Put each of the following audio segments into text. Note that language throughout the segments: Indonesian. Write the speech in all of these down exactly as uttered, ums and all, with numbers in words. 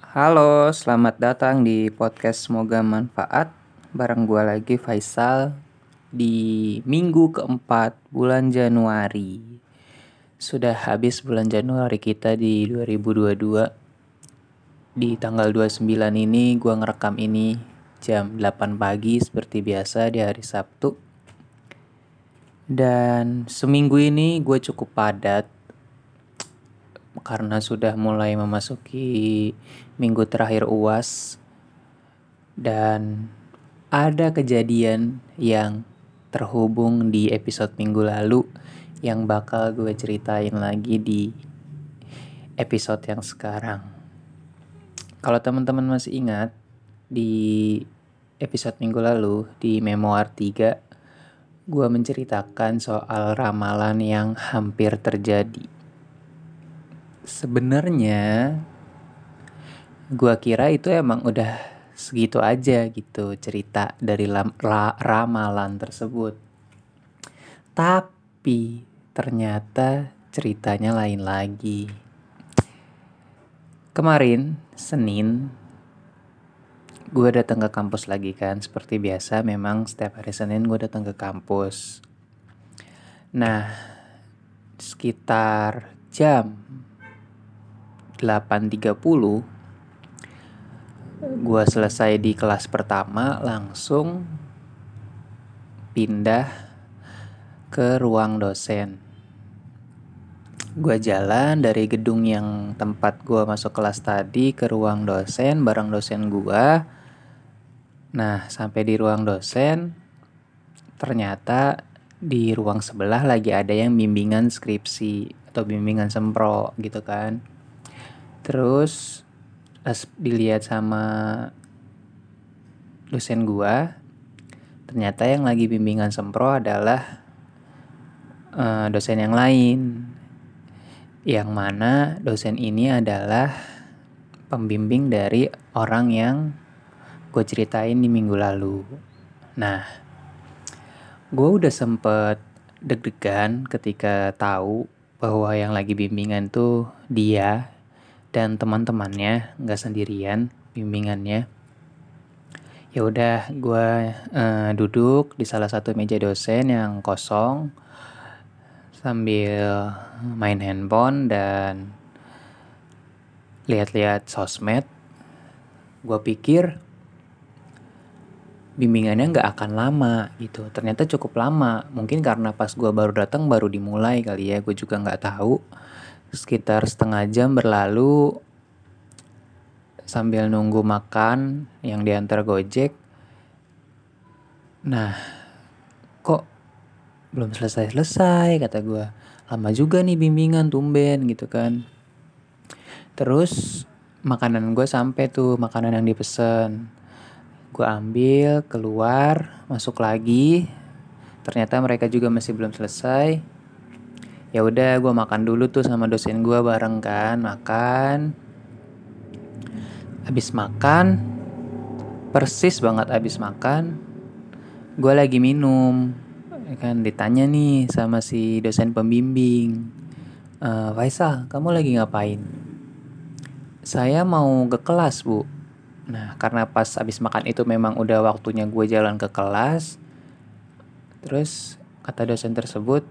Halo, selamat datang di podcast Semoga Manfaat. Bareng gue lagi Faisal di minggu keempat bulan Januari. Sudah habis bulan Januari kita di dua ribu dua puluh dua. Di tanggal dua puluh sembilan ini gue ngerekam ini jam delapan pagi seperti biasa di hari Sabtu. Dan seminggu ini gue cukup padat karena sudah mulai memasuki minggu terakhir U A S. Dan ada kejadian yang terhubung di episode minggu lalu yang bakal gue ceritain lagi di episode yang sekarang. Kalau teman-teman masih ingat, di episode minggu lalu di Memoir tiga, gue menceritakan soal ramalan yang hampir terjadi. Sebenarnya gue kira itu emang udah segitu aja gitu cerita dari lam- ra- ramalan tersebut. Tapi ternyata ceritanya lain lagi. Kemarin, Senin, gue datang ke kampus lagi kan. Seperti biasa memang setiap hari Senin gue datang ke kampus. Nah, sekitar jam delapan tiga puluh gue selesai di kelas pertama, langsung pindah ke ruang dosen. Gue jalan dari gedung yang tempat gue masuk kelas tadi ke ruang dosen bareng dosen gue. Nah, sampai di ruang dosen, ternyata di ruang sebelah lagi ada yang bimbingan skripsi atau bimbingan sempro gitu kan. Terus pas dilihat sama dosen gue, ternyata yang lagi bimbingan sempro adalah uh, dosen yang lain. Yang mana dosen ini adalah pembimbing dari orang yang gue ceritain di minggu lalu. Nah, gue udah sempet deg-degan ketika tahu bahwa yang lagi bimbingan tuh dia dan teman-temannya, nggak sendirian bimbingannya. Ya udah, gue uh, duduk di salah satu meja dosen yang kosong sambil main handphone dan lihat-lihat sosmed. Gue pikir bimbingannya nggak akan lama gitu. Ternyata cukup lama. Mungkin karena pas gue baru datang baru dimulai kali ya. Gue juga nggak tahu. Sekitar setengah jam berlalu sambil nunggu makan yang diantar Gojek. Nah, kok belum selesai-selesai kata gue. Lama juga nih bimbingan, tumben gitu kan. Terus makanan gue sampai tuh, makanan yang dipesen. Gue ambil, keluar, masuk lagi. Ternyata mereka juga masih belum selesai. Ya udah, gue makan dulu tuh sama dosen gue bareng kan, makan. Abis makan, persis banget abis makan, gue lagi minum. Ya kan ditanya nih sama si dosen pembimbing, e, Faisal, kamu lagi ngapain? Saya mau ke kelas, Bu. Nah, karena pas abis makan itu memang udah waktunya gue jalan ke kelas. Terus kata dosen tersebut,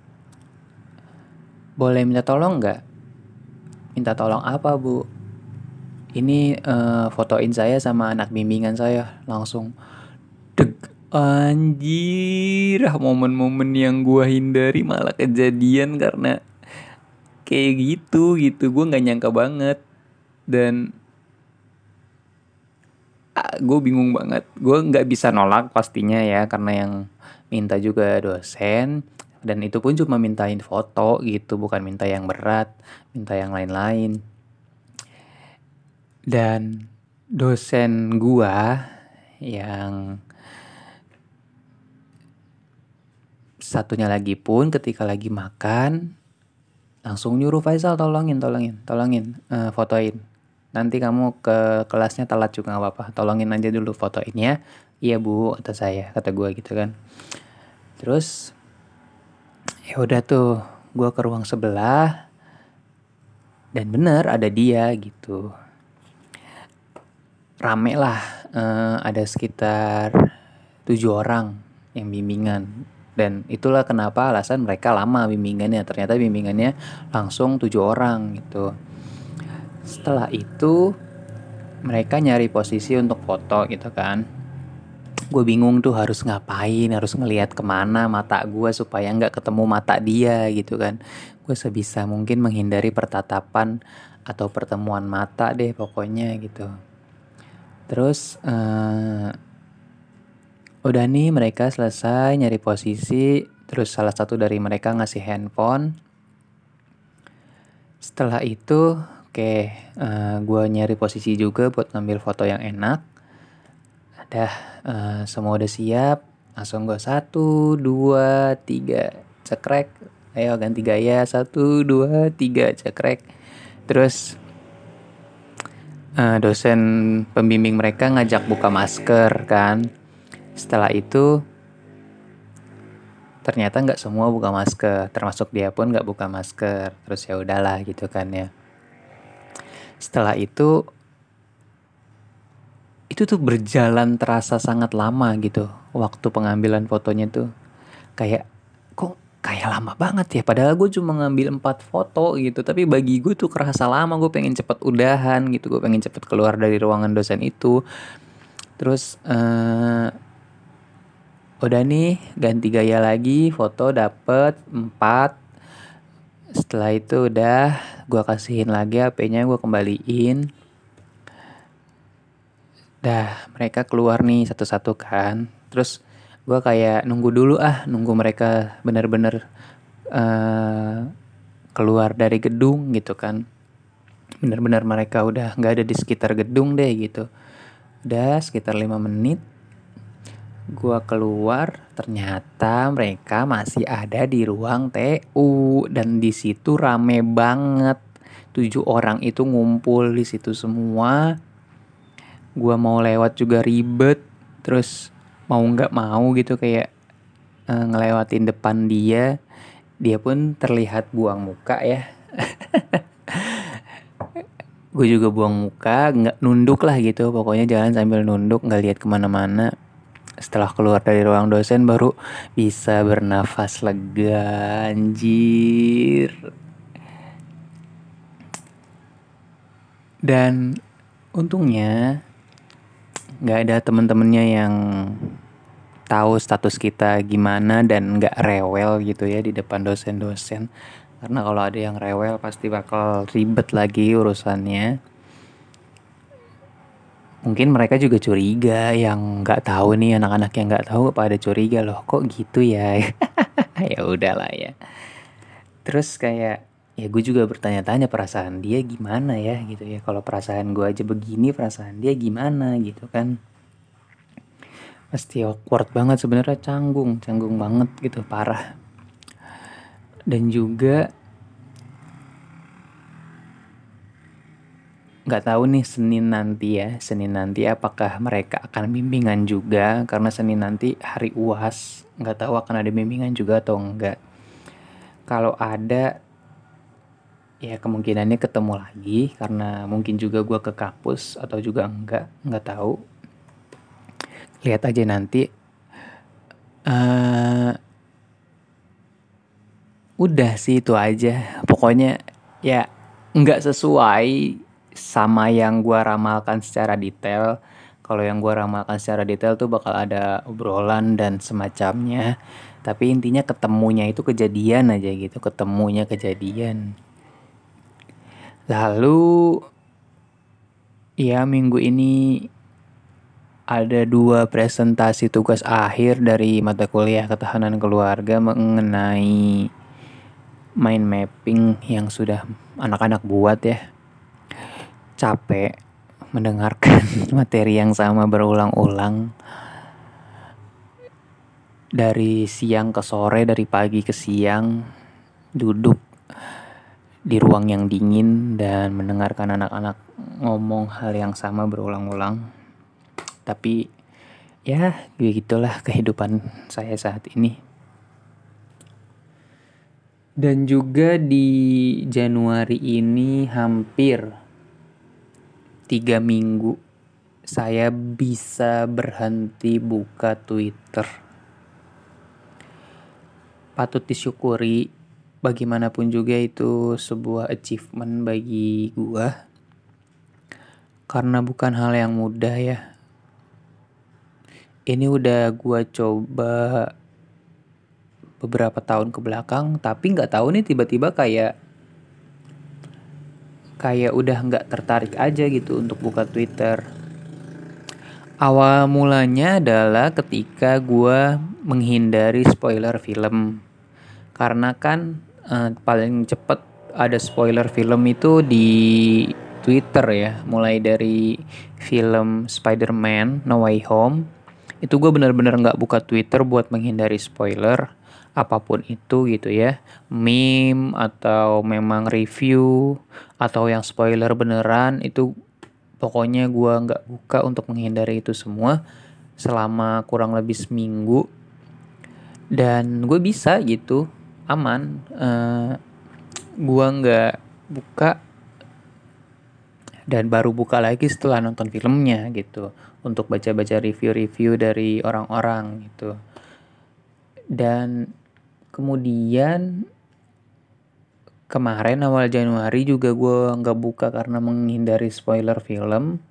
boleh minta tolong nggak? Minta tolong apa, Bu? Ini uh, fotoin saya sama anak bimbingan saya. Langsung deg, anjir, momen-momen yang gue hindari malah kejadian karena kayak gitu gitu. Gue nggak nyangka banget dan ah, gue bingung banget. Gue nggak bisa nolak pastinya ya karena yang minta juga dosen. Dan itu pun cuma mintain foto gitu, bukan minta yang berat, minta yang lain-lain. Dan dosen gua yang satunya lagi pun ketika lagi makan langsung nyuruh, Faisal tolongin, tolongin, tolongin uh, fotoin. Nanti kamu ke kelasnya telat juga gak apa-apa, tolongin aja dulu fotoin ya. Iya Bu, kata saya, kata gua gitu kan. Terus ya udah tuh, gua ke ruang sebelah dan bener ada dia gitu. rame lah, uh, ada sekitar tujuh orang yang bimbingan. Dan itulah kenapa alasan mereka lama bimbingannya. Ternyata bimbingannya langsung tujuh orang gitu. Setelah itu mereka nyari posisi untuk foto gitu kan. Gue bingung tuh harus ngapain, harus ngelihat kemana mata gue supaya nggak ketemu mata dia gitu kan. Gue sebisa mungkin menghindari pertatapan atau pertemuan mata deh pokoknya gitu. Terus uh, udah nih mereka selesai nyari posisi, terus salah satu dari mereka ngasih handphone. Setelah itu, oke, okay, uh, gue nyari posisi juga buat ngambil foto yang enak. Dah, uh, semua udah siap. Langsung gue satu, dua, tiga, cekrek. Ayo ganti gaya, satu, dua, tiga, cekrek. Terus uh, dosen pembimbing mereka ngajak buka masker kan. Setelah itu ternyata nggak semua buka masker, termasuk dia pun nggak buka masker. Terus ya udahlah gitu kan ya. Setelah itu itu tuh berjalan terasa sangat lama gitu. Waktu pengambilan fotonya tuh kayak kok kayak lama banget ya. Padahal gue cuma ngambil empat foto gitu. Tapi bagi gue tuh kerasa lama. Gue pengen cepet udahan gitu. Gue pengen cepet keluar dari ruangan dosen itu. Terus uh, udah nih ganti gaya lagi. Foto dapet empat. Setelah itu udah gue kasihin lagi H P-nya, gue kembaliin. Dah mereka keluar nih satu-satu kan. Terus gue kayak nunggu dulu ah, nunggu mereka bener-bener uh, keluar dari gedung gitu kan. Bener-bener mereka udah gak ada di sekitar gedung deh gitu. Udah sekitar lima menit gue keluar, ternyata mereka masih ada di ruang T U. Dan di situ rame banget. Tujuh orang itu ngumpul di situ semua. Gue mau lewat juga ribet, terus mau nggak mau gitu kayak uh, ngelewatin depan dia, dia pun terlihat buang muka ya. Gue juga buang muka, nggak nunduk lah gitu, pokoknya jalan sambil nunduk, nggak lihat kemana-mana. Setelah keluar dari ruang dosen baru bisa bernafas lega, anjir. Dan untungnya nggak ada temen-temennya yang tahu status kita gimana dan nggak rewel gitu ya di depan dosen-dosen. Karena kalau ada yang rewel pasti bakal ribet lagi urusannya. Mungkin mereka juga curiga, yang nggak tahu nih, anak-anak yang nggak tahu pada curiga loh, kok gitu ya. Ya udahlah ya. Terus kayak ya gue juga bertanya-tanya perasaan dia gimana ya gitu ya. Kalau perasaan gue aja begini, perasaan dia gimana gitu kan. Pasti awkward banget sebenarnya, canggung, canggung banget gitu, parah. Dan juga nggak tahu nih Senin nanti ya, Senin nanti apakah mereka akan bimbingan juga, karena Senin nanti hari U A S, nggak tahu akan ada bimbingan juga atau enggak. Kalau ada, ya kemungkinannya ketemu lagi, karena mungkin juga gue ke kampus atau juga enggak, nggak tahu. Lihat aja nanti. Uh, udah sih itu aja. Pokoknya ya nggak sesuai sama yang gue ramalkan secara detail. Kalau yang gue ramalkan secara detail tuh bakal ada obrolan dan semacamnya. Tapi intinya ketemunya itu kejadian aja gitu. Ketemunya kejadian. Lalu ya minggu ini ada dua presentasi tugas akhir dari mata kuliah ketahanan keluarga mengenai mind mapping yang sudah anak-anak buat ya. Capek mendengarkan materi yang sama berulang-ulang. Dari siang ke sore, dari pagi ke siang, duduk di ruang yang dingin dan mendengarkan anak-anak ngomong hal yang sama berulang-ulang. Tapi ya begitulah kehidupan saya saat ini. Dan juga di Januari ini hampir tiga minggu saya bisa berhenti buka Twitter. Patut disyukuri, bagaimanapun juga itu sebuah achievement bagi gua. Karena bukan hal yang mudah ya. Ini udah gua coba beberapa tahun ke belakang, tapi nggak tahu nih tiba-tiba kayak kayak udah nggak tertarik aja gitu untuk buka Twitter. Awal mulanya adalah ketika gue menghindari spoiler film. Karena kan eh, paling cepet ada spoiler film itu di Twitter ya. Mulai dari film Spider-Man No Way Home. Itu gue bener-bener gak buka Twitter buat menghindari spoiler. Apapun itu gitu ya. Meme atau memang review. Atau yang spoiler beneran itu pokoknya gue nggak buka untuk menghindari itu semua selama kurang lebih seminggu, dan gue bisa gitu aman. Uh, gue nggak buka dan baru buka lagi setelah nonton filmnya gitu untuk baca-baca review-review dari orang-orang gitu. Dan kemudian kemarin awal Januari juga gue nggak buka karena menghindari spoiler film.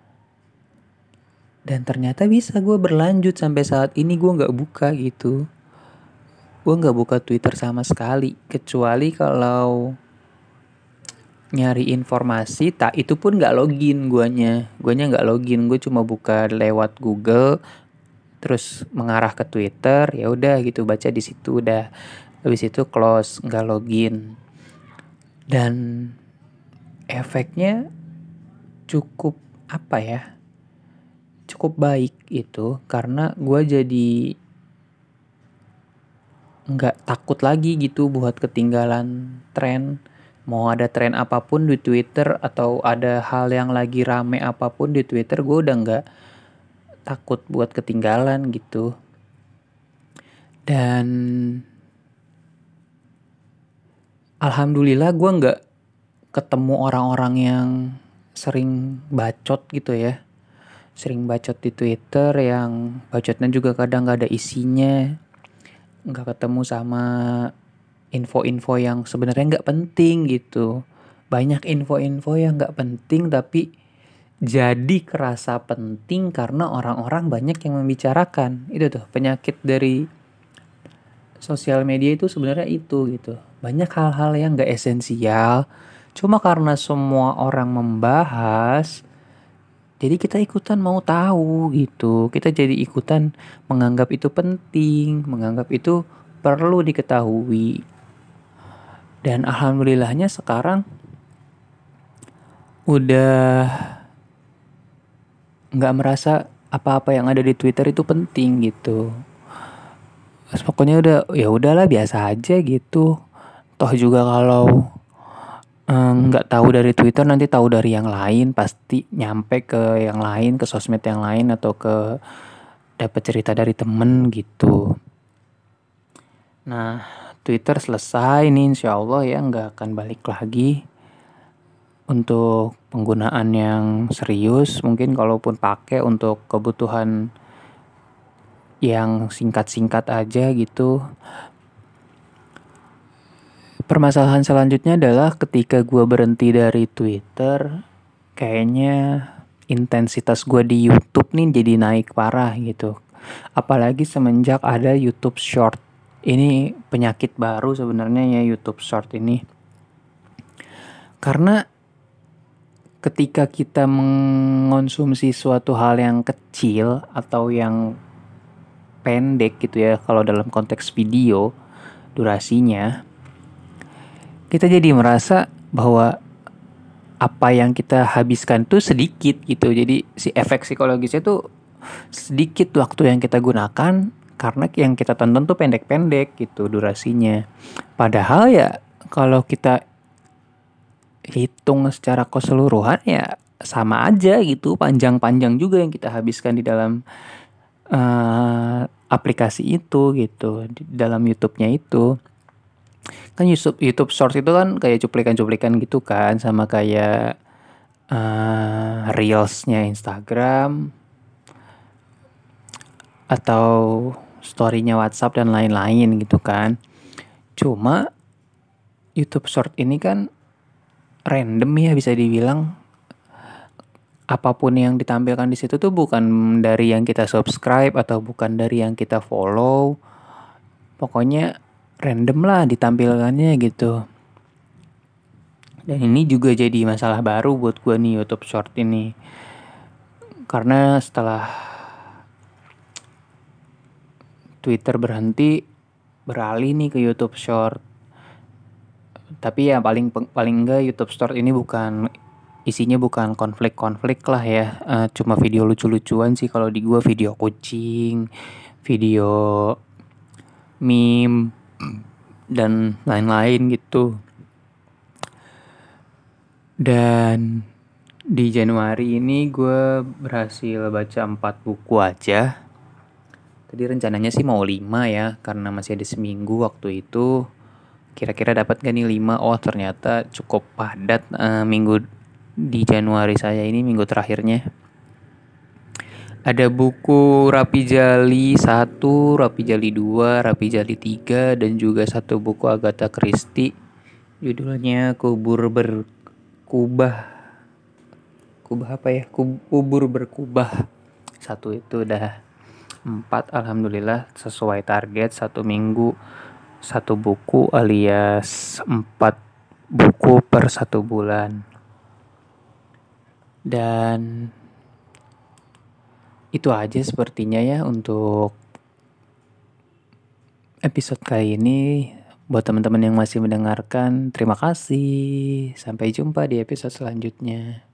Dan ternyata bisa gue berlanjut sampai saat ini gue nggak buka gitu. Gue nggak buka Twitter sama sekali, kecuali kalau nyari informasi. Tak itu pun nggak login guanya. Guanya nggak login, gue cuma buka lewat Google, terus mengarah ke Twitter. Ya udah gitu baca di situ udah. Habis itu close, nggak login. Dan efeknya cukup apa ya? Cukup baik itu karena gue jadi nggak takut lagi gitu buat ketinggalan tren. Mau ada tren apapun di Twitter atau ada hal yang lagi rame apapun di Twitter, gue udah nggak takut buat ketinggalan gitu. Dan alhamdulillah gue nggak ketemu orang-orang yang sering bacot gitu ya. Sering bacot di Twitter yang bacotnya juga kadang gak ada isinya. Gak ketemu sama info-info yang sebenarnya gak penting gitu. Banyak info-info yang gak penting tapi jadi kerasa penting karena orang-orang banyak yang membicarakan. Itu tuh penyakit dari sosial media itu sebenarnya itu gitu. Banyak hal-hal yang gak esensial. Cuma karena semua orang membahas, jadi kita ikutan mau tahu gitu. Kita jadi ikutan menganggap itu penting, menganggap itu perlu diketahui. Dan alhamdulillahnya sekarang udah nggak merasa apa-apa yang ada di Twitter itu penting gitu. Terus pokoknya udah ya udahlah biasa aja gitu. Toh juga kalau nggak um, tahu dari Twitter nanti tahu dari yang lain, pasti nyampe ke yang lain, ke sosmed yang lain atau ke dapat cerita dari temen gitu. Nah Twitter selesai nih insya Allah ya, nggak akan balik lagi untuk penggunaan yang serius. Mungkin kalaupun pakai untuk kebutuhan yang singkat-singkat aja gitu. Permasalahan selanjutnya adalah ketika gue berhenti dari Twitter, kayaknya intensitas gue di YouTube nih jadi naik parah gitu. Apalagi semenjak ada YouTube Short. Ini penyakit baru sebenarnya ya YouTube Short ini. Karena ketika kita mengonsumsi suatu hal yang kecil atau yang pendek gitu ya, kalau dalam konteks video durasinya, kita jadi merasa bahwa apa yang kita habiskan tuh sedikit gitu. Jadi si efek psikologisnya tuh sedikit waktu yang kita gunakan karena yang kita tonton tuh pendek-pendek gitu durasinya. Padahal ya kalau kita hitung secara keseluruhan ya sama aja gitu, panjang-panjang juga yang kita habiskan di dalam uh, aplikasi itu gitu, di dalam YouTube-nya itu. Kan YouTube YouTube Shorts itu kan kayak cuplikan-cuplikan gitu kan, sama kayak uh, reelsnya Instagram atau storynya WhatsApp dan lain-lain gitu kan. Cuma YouTube Short ini kan random ya, bisa dibilang. Apapun yang ditampilkan di situ tuh bukan dari yang kita subscribe atau bukan dari yang kita follow. Pokoknya random lah ditampilkannya gitu. Dan ini juga jadi masalah baru buat gue nih, YouTube Short ini. Karena setelah Twitter berhenti, beralih nih ke YouTube Short. Tapi ya paling paling enggak YouTube Short ini bukan, isinya bukan konflik-konflik lah ya. Uh, cuma video lucu-lucuan sih kalau di gue, video kucing, video meme dan lain-lain gitu. Dan di Januari ini gue berhasil baca empat buku aja. Tadi rencananya sih mau lima ya, karena masih ada seminggu waktu itu. Kira-kira dapat gak nih lima? Oh ternyata cukup padat uh, minggu di Januari saya ini, minggu terakhirnya. Ada buku Rapi Jali satu, Rapi Jali dua, Rapi Jali tiga, dan juga satu buku Agatha Christie. Judulnya Kubur Berkubah. Kubah apa ya? Kubur Berkubah. Satu itu udah empat, alhamdulillah sesuai target. Satu minggu satu buku alias empat buku per satu bulan. Dan itu aja sepertinya ya untuk episode kali ini. Buat teman-teman yang masih mendengarkan, terima kasih. Sampai jumpa di episode selanjutnya.